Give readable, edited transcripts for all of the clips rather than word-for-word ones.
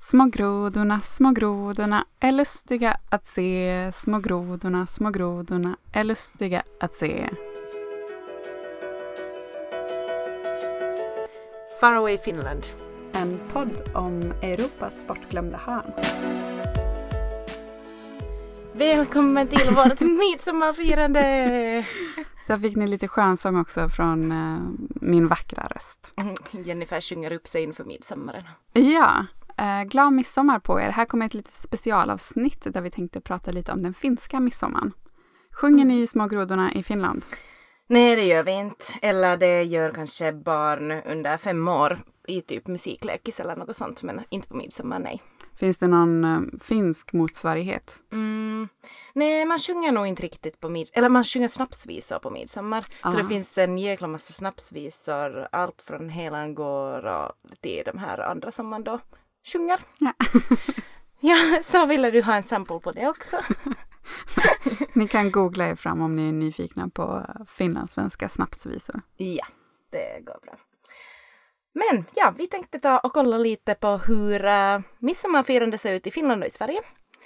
små grodorna är lustiga att se. Små grodorna är lustiga att se. Faraway Finland. En podd om Europas bortglömda hörn. Välkommen till vårt midsommarfirande! Där fick ni lite skönsång också från min vackra röst. Jennifer sjunger upp sig inför midsommaren. Ja, glad midsommar på er. Här kommer ett litet specialavsnitt där vi tänkte prata lite om den finska midsommaren. Sjunger ni små grodorna i Finland? Nej, det gör vi inte. Eller det gör kanske barn under 5 år i typ musiklekis eller något sånt. Men inte på midsommar, nej. Finns det någon finsk motsvarighet? Nej, man sjunger nog inte riktigt på midsommar. Eller man sjunger snapsvisor på midsommar. Så det finns en jäkla massa snapsvisor. Allt från Helan går och till de här andra som man då sjunger. Ja. Ja, så ville du ha en sample på det också. Ni kan googla er fram om ni är nyfikna på finlandssvenska snapsvisor. Ja, det går bra. Men ja, vi tänkte ta och kolla lite på hur midsommarfirande ser ut i Finland och i Sverige.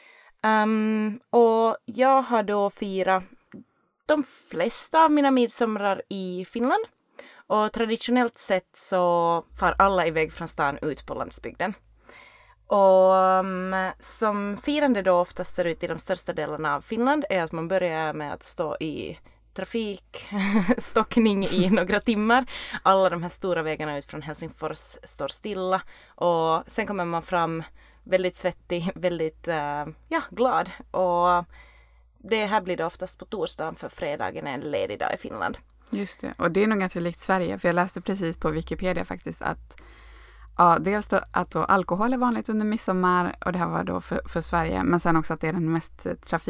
Och jag har då firat de flesta av mina midsommar i Finland. Och traditionellt sett så far alla iväg från stan ut på landsbygden. Och som firande då oftast ser ut i de största delarna av Finland är att man börjar med att stå i trafikstockning i några timmar. Alla de här stora vägarna ut från Helsingfors står stilla och sen kommer man fram väldigt svettig, väldigt glad. Och det här blir det oftast på torsdagen för fredagen är en ledig dag i Finland. Just det, och det är nog ganska likt Sverige för jag läste precis på Wikipedia faktiskt att ja, dels då att då alkohol är vanligt under midsommar och det här var då för Sverige men sen också att det är den mest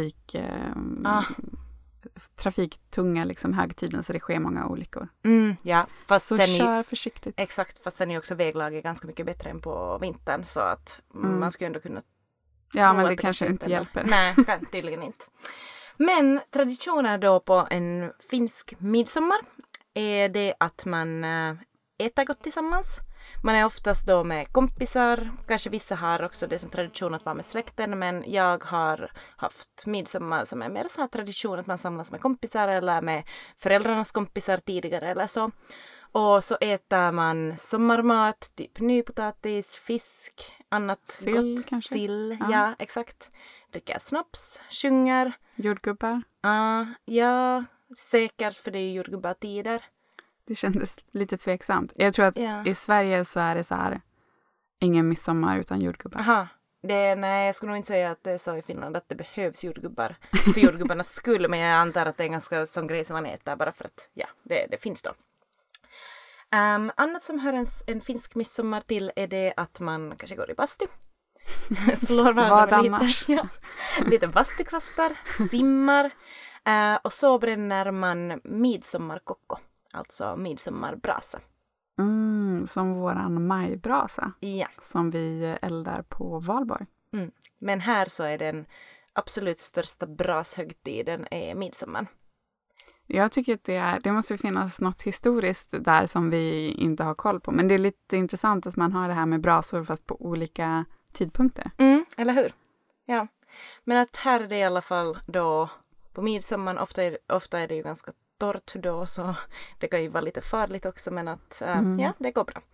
trafiktunga liksom högtiden så det sker många olyckor. Ja, fast så sen kör försiktigt. Exakt, fast sen är också väglaget ganska mycket bättre än på vintern så att man skulle ändå kunna ja, men det kanske inte hjälper. Nej, tydligen inte. Men traditioner då på en finsk midsommar är det att man äter gott tillsammans. Man är oftast då med kompisar. Kanske vissa har också det som tradition att vara med släkten. Men jag har haft midsommar som är mer så här tradition att man samlas med kompisar eller med föräldrarnas kompisar tidigare eller så. Och så äter man sommarmat, typ nypotatis, fisk, annat sill, gott. Kanske? Sill, ja exakt. Dricker snaps, sjunger. Jordgubbar? Ja, säkert för det är ju jordgubbar-tider. Det kändes lite tveksamt. Jag tror att i Sverige så är det så här ingen midsommar utan jordgubbar. Aha. Nej, jag skulle nog inte säga att det är så i Finland att det behövs jordgubbar för jordgubbarnas skull. Men jag antar att det är en ganska sån grej som man äter bara för att det finns då. Annat som hör en finsk midsommar till är det att man kanske går i bastu. Slår varandra lite. Lite bastukvastar, simmar. Och så bränner man midsommarkokko. Alltså midsommarbrasa. Som våran majbrasa. Ja. Som vi eldar på Valborg. Men här så är den absolut största brashögtiden är midsommar. Jag tycker att det måste finnas något historiskt där som vi inte har koll på. Men det är lite intressant att man har det här med brasor fast på olika tidpunkter. Eller hur? Ja. Men att här är det i alla fall då på midsommar. Ofta är det ju ganska torrt då så det kan ju vara lite farligt också men att det går bra.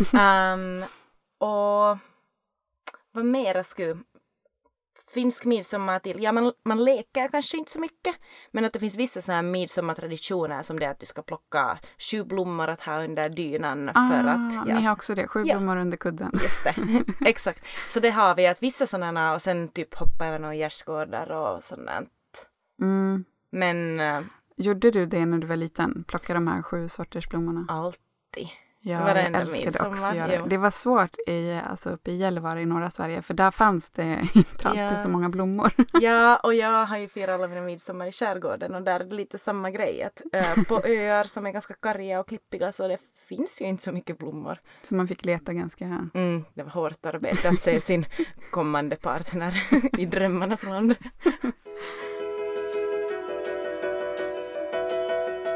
Och vad mera skulle finsk midsommar till? Ja, man leker kanske inte så mycket men att det finns vissa sådana här midsommartraditioner som det att du ska plocka 7 blommor att ha under dynan för att... Ni har också det, 7 blommor under kudden. Just det, exakt. Så det har vi att vissa sådana och sen typ hoppa över några gärdsgårdar och sådant. Men... Gjorde du det när du var liten? Plocka de här 7 sorters blommorna? Alltid. Ja, jag älskade också att göra det. Det var svårt uppe i Gällivare i norra Sverige. För där fanns det inte alltid så många blommor. Ja, och jag har ju firat alla mina midsommar i skärgården. Och där är det lite samma grej. Att, på öar som är ganska karga och klippiga så det finns ju inte så mycket blommor. Så man fick leta ganska... det var hårt arbete att se sin kommande partner i drömmarnas land.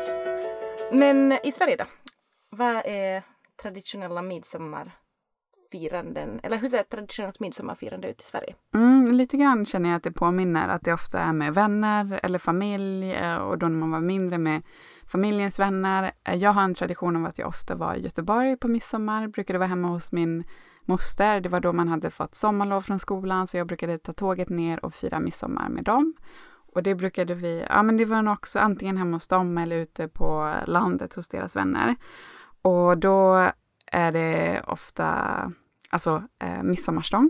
Men i Sverige då? Vad är traditionella midsommar midsommarfiranden, eller hur ser ett traditionellt midsommarfirande ut i Sverige? Lite grann känner jag att det påminner att det ofta är med vänner eller familj och då när man var mindre med familjens vänner. Jag har en tradition av att jag ofta var i Göteborg på midsommar, brukade vara hemma hos min moster. Det var då man hade fått sommarlov från skolan så jag brukade ta tåget ner och fira midsommar med dem. Och det brukade vi, men det var nog också antingen hemma hos dem eller ute på landet hos deras vänner. Och då är det ofta midsommarstång.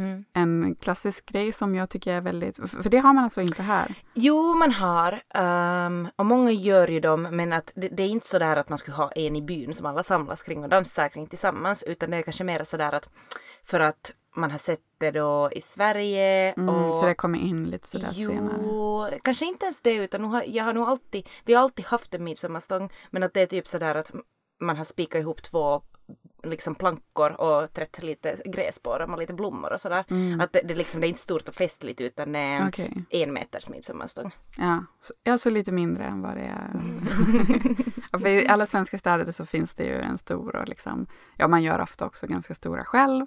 En klassisk grej som jag tycker är väldigt, för det har man alltså inte här. Jo, man har. Och många gör ju dem, men att det är inte så där att man skulle ha en i byn som alla samlas kring och dansar kring tillsammans, utan det är kanske mer så där att för att man har sett det då i Sverige. Så det kommer in lite sådär senare. Jo, kanske inte ens det, utan vi har alltid haft en midsommarstång, men att det är typ sådär att man har spikat ihop 2 liksom plankor och trätt lite grässpår och lite blommor och sådär. Att det är inte stort och festligt utan det är en 1 meters midsommarstång. Ja, så lite mindre än vad det är. För i alla svenska städer så finns det ju en stor och liksom, man gör ofta också ganska stora själv.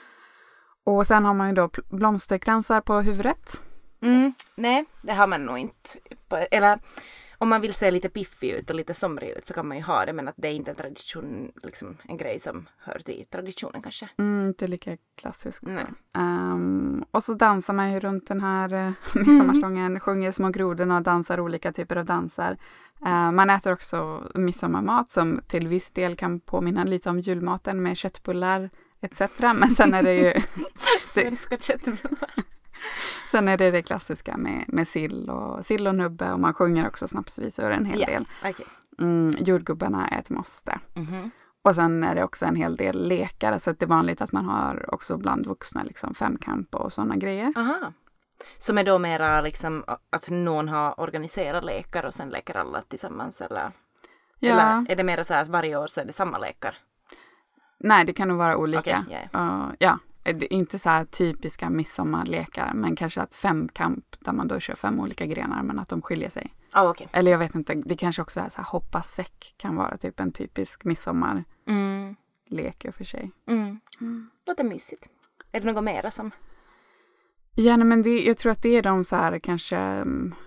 Och sen har man ju då blomsterkransar på huvudet. Nej, det har man nog inte. Eller om man vill se lite piffig ut och lite somrig ut så kan man ju ha det, men att det är inte en tradition, liksom en grej som hör till traditionen kanske. Inte lika klassisk så. Och så dansar man ju runt den här midsommarstången, sjunger små grodorna och dansar olika typer av danser. Man äter också midsommarmat som till viss del kan påminna lite om julmaten med köttbullar etc. Men sen är det ju svenska köttbullar. Sen är det klassiska med sill och nubbe och man sjunger också snapsvisor en hel del. Okay. Jordgubbarna är ett måste. Och sen är det också en hel del lekar så att det är vanligt att man har också bland vuxna liksom femkamp och sådana grejer. Aha. Som är då mera liksom att någon har organiserat lekar och sen leker alla tillsammans eller är det mera så här att varje år så är det samma lekar? Nej, det kan nog vara olika. Okay, yeah. Det är inte så här typiska midsommarlekar, men kanske att femkamp där man då kör 5 olika grenar men att de skiljer sig. Okay. Eller jag vet inte, det kanske också är så här hoppa säck kan vara typ en typisk midsommarlek för sig. Låter mysigt. Är det något mera som... Ja, men jag tror att det är de så här kanske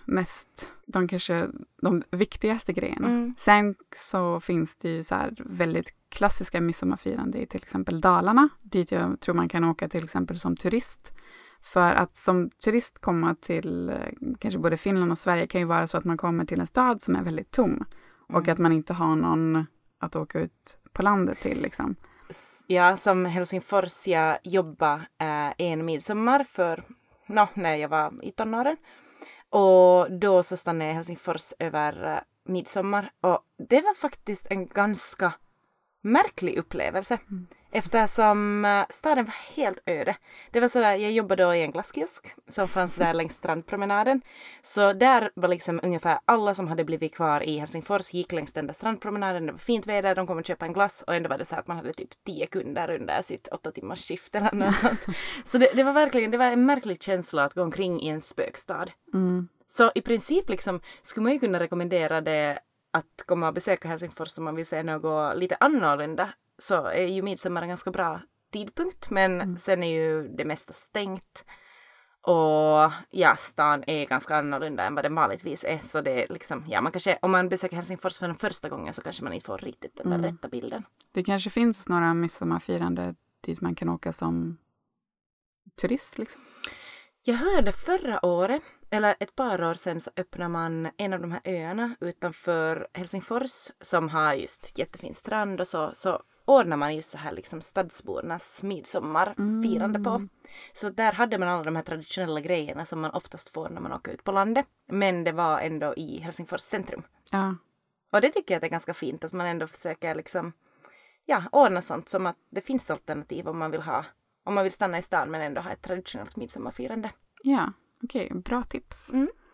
de viktigaste grejerna. Sen så finns det ju så här väldigt klassiska midsommarfirande i till exempel Dalarna, dit jag tror man kan åka till exempel som turist. För att som turist komma till kanske både Finland och Sverige kan ju vara så att man kommer till en stad som är väldigt tom och att man inte har någon att åka ut på landet till liksom. Ja, som Helsingfors jag jobbade en midsommar för när jag var i tonåren. Och då så stannade jag i Helsingfors över midsommar. Och det var faktiskt en ganska märklig upplevelse. Eftersom staden var helt öde. Det var sådär, jag jobbade då i en glasskiosk som fanns där längs strandpromenaden. Så där var liksom ungefär alla som hade blivit kvar i Helsingfors gick längs den där strandpromenaden. Det var fint väder, de kom och köpa en glass och ändå var det så att man hade typ 10 kunder under sitt 8 timmars skift eller något sånt. Så det var en märklig känsla att gå omkring i en spökstad. Så i princip liksom skulle man ju kunna rekommendera det att komma och besöka Helsingfors om man vill se något lite annorlunda. Så är ju midsommar en ganska bra tidpunkt, men sen är ju det mesta stängt och stan är ganska annorlunda än vad det vanligtvis är, så det är liksom, man kanske, om man besöker Helsingfors för den första gången så kanske man inte får riktigt den där rätta bilden. Det kanske finns några midsommarfirande dit man kan åka som turist liksom. Jag hörde förra året, eller ett par år sedan, så öppnar man en av de här öarna utanför Helsingfors som har just jättefin strand och så ordnar man just så här liksom stadsbornas midsommarfirande på. Så där hade man alla de här traditionella grejerna som man oftast får när man åker ut på landet. Men det var ändå i Helsingfors centrum. Ja. Och det tycker jag är ganska fint att man ändå försöker liksom, ordna sånt som att det finns alternativ om man vill stanna i stan men ändå ha ett traditionellt midsommarfirande. Ja, okej. Bra tips.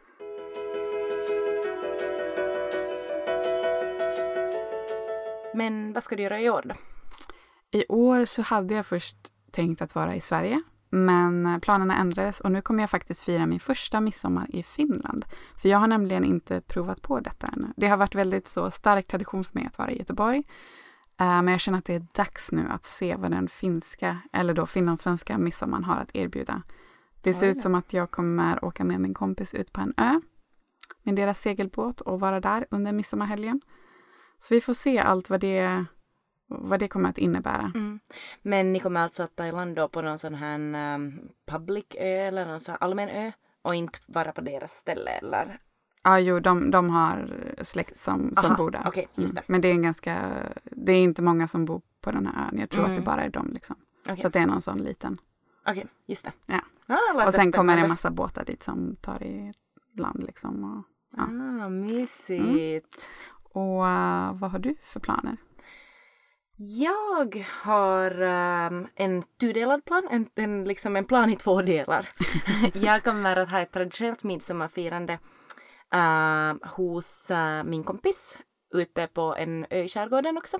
Men vad ska du göra i år då? I år så hade jag först tänkt att vara i Sverige. Men planerna ändrades och nu kommer jag faktiskt fira min första midsommar i Finland. För jag har nämligen inte provat på detta ännu. Det har varit väldigt så stark tradition för mig att vara i Göteborg. Men jag känner att det är dags nu att se vad den finska, eller då finlandssvenska midsommar har att erbjuda. Det ser ut som att jag kommer åka med min kompis ut på en ö med deras segelbåt och vara där under midsommarhelgen. Så vi får se allt vad det kommer att innebära. Men ni kommer alltså att ta i land då på någon sån här public ö eller någon sån här allmän ö och inte vara på deras ställe eller? Ja, jo, de har släkt som bor där. Okay, just det. Men det är det är inte många som bor på den här ön. Jag tror att det bara är de liksom. Okay. Så att det är någon sån liten. Okej, just det. Ja. Och sen kommer det en massa båtar dit som tar i land liksom. Och, ja. Mysigt. Och vad har du för planer? Jag har en tudelad plan, en plan i 2 delar. Jag kommer att ha ett traditionellt midsommarfirande hos min kompis ute på en ö i skärgården också.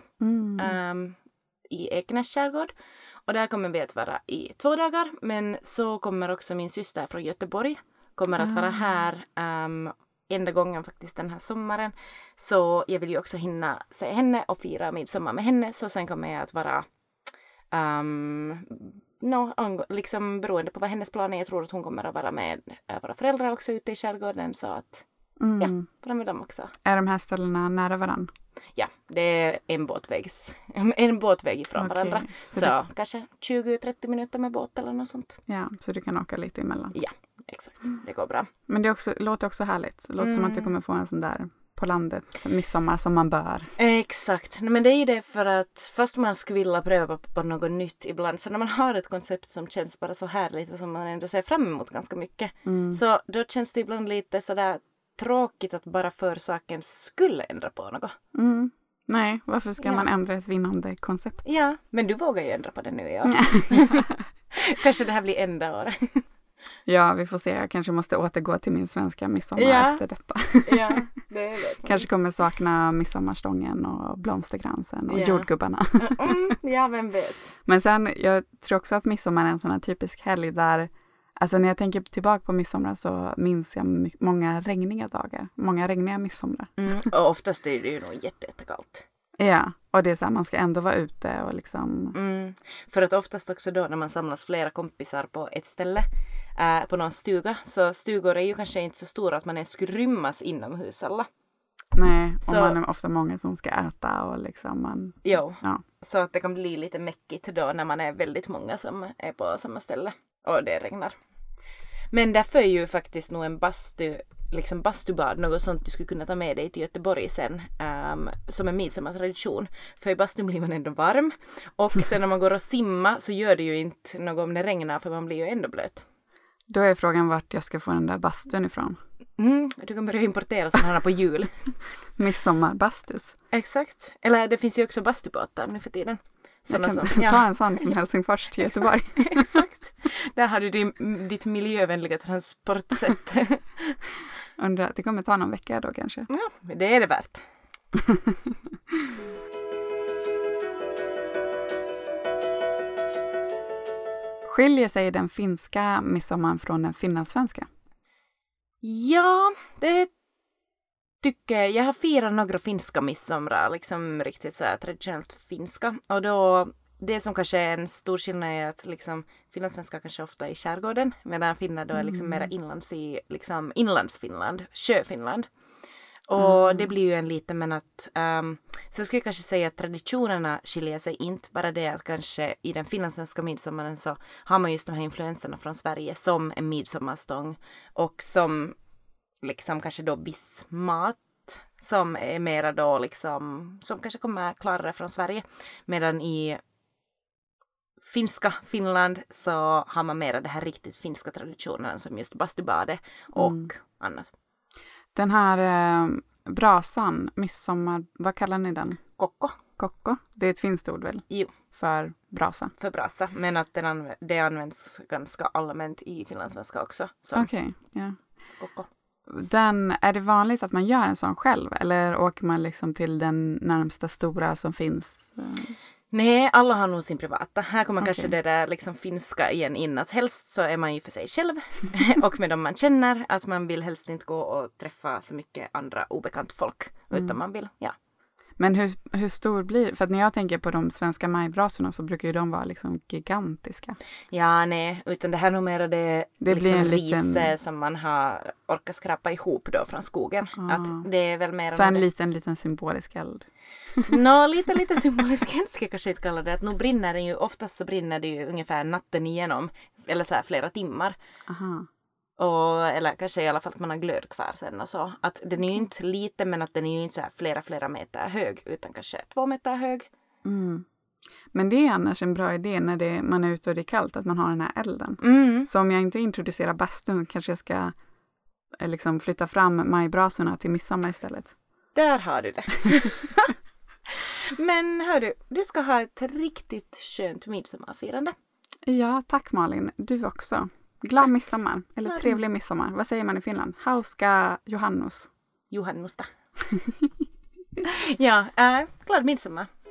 I Ekenäs skärgård. Och där kommer vi att vara i 2 dagar. Men så kommer också min syster från Göteborg kommer att vara här enda gången faktiskt den här sommaren. Så jag vill ju också hinna se henne och fira midsommar med henne. Så sen kommer jag att vara liksom beroende på vad hennes plan är. Jag tror att hon kommer att vara med våra föräldrar också ute i skärgården. Så att vara med dem också. Är de här ställena nära varandra? Ja, det är en båtväg ifrån varandra. Så kanske 20-30 minuter med båt eller något sånt. Ja, så du kan åka lite emellan. Ja, exakt. Det går bra. Men det låter också härligt. Det låter som att du kommer få en sån där på landet midsommar som man bör. Exakt. Men det är ju det för att fast man skulle vilja pröva på något nytt ibland. Så när man har ett koncept som känns bara så härligt och som man ändå ser fram emot ganska mycket. Så då känns det ibland lite sådär tråkigt att bara för sakens skulle ändra på något. Nej, varför ska man ändra ett vinnande koncept? Ja, men du vågar ju ändra på det nu i år. Kanske det här blir enda året. Ja, vi får se. Jag kanske måste återgå till min svenska midsommar efter detta. Ja, det är det. Kanske kommer sakna midsommarstången och blomsterkransen och jordgubbarna. Ja, vem vet. Men sen, jag tror också att midsommar är en sån här typisk helg där, alltså när jag tänker tillbaka på midsommar så minns jag många regniga dagar. Många regniga midsommar. Och oftast är det ju nog jättekallt. Ja, och det är så här, man ska ändå vara ute och liksom... För att oftast också då när man samlas flera kompisar på ett ställe, på någon stuga, så stugor är ju kanske inte så stora att man ens skulle rymmas inomhus alla. Nej, och man är ofta många som ska äta och liksom så att det kan bli lite mäckigt då när man är väldigt många som är på samma ställe och det regnar. Men därför är ju faktiskt nog en bastubad något sånt du skulle kunna ta med dig till Göteborg sen som en midsommartradition. För i bastun blir man ändå varm och sen när man går och simma så gör det ju inte något om det regnar för man blir ju ändå blöt. Då är frågan vart jag ska få den där bastun ifrån. Du kan börja importera sådana på jul. Midsommarbastus. Exakt. Eller det finns ju också bastubåtar nu för tiden. Jag kan ta en sån från Helsingfors till Göteborg. Exakt. Där har du ditt miljövänliga transportsätt. Undrar att det kommer ta någon vecka då kanske. Ja, det är det värt. Skiljer sig den finska midsommaren från den finlandssvenska? Ja, det tycker jag. Jag har firat några finska midsommar, liksom riktigt så här traditionellt finska. Och då, det som kanske är en stor skillnad är att liksom finlandssvenska kanske ofta är i skärgården, medan finnar då är liksom mera inlandsfinland, sjöfinland. Och det blir ju en liten, men att så skulle jag kanske säga att traditionerna skiljer sig inte, bara det att kanske i den finlandssvenska midsommaren så har man just de här influenserna från Sverige som en midsommarstång och som liksom kanske då viss mat som är mera då liksom som kanske kommer klarare från Sverige, medan i Finland så har man mera det här riktigt finska traditionen som just bastubade och annat. Den här brasan, midsommar, vad kallar ni den? Kokko. Det är ett finskt ord väl? Jo. För brasa. För brasa, men att det används ganska allmänt i finlandssvenska också. Okej, ja. Kokko. Är det vanligt att man gör en sån själv? Eller åker man liksom till den närmsta stora som finns? Nej, alla har nog sin privata. Här kommer kanske det där liksom finska igen in. Att helst så är man ju för sig själv och med dem man känner. Att man vill helst inte gå och träffa så mycket andra obekant folk. Utan man vill, Men hur stor blir... För att när jag tänker på de svenska majbrasorna så brukar ju de vara liksom gigantiska. Ja, nej. Utan det här numera det blir liksom en ris som man har orkat skrapa ihop då från skogen. Att det är väl mer... Så en liten symbolisk eld. Lite symbolisk eld ska jag kanske inte kalla det. Att nu brinner den ju, oftast så brinner det ju ungefär natten igenom. Eller så här flera timmar. Aha. Eller kanske i alla fall att man har glöd kvar sen och så. Att den är ju inte liten men att den är ju inte så här flera meter hög utan kanske 2 meter hög. Mm. Men det är annars en bra idé när man är ute och det är kallt att man har den här elden. Så om jag inte introducerar bastun kanske jag ska liksom flytta fram majbrasorna till midsommar istället. Där har du det. Men hörru, du ska ha ett riktigt skönt midsommarfirande. Ja, tack Malin. Du också. Glad midsommar. Eller trevlig midsommar. Vad säger man i Finland? Hauska Johannus. Johannusta. Ja, glad midsommar.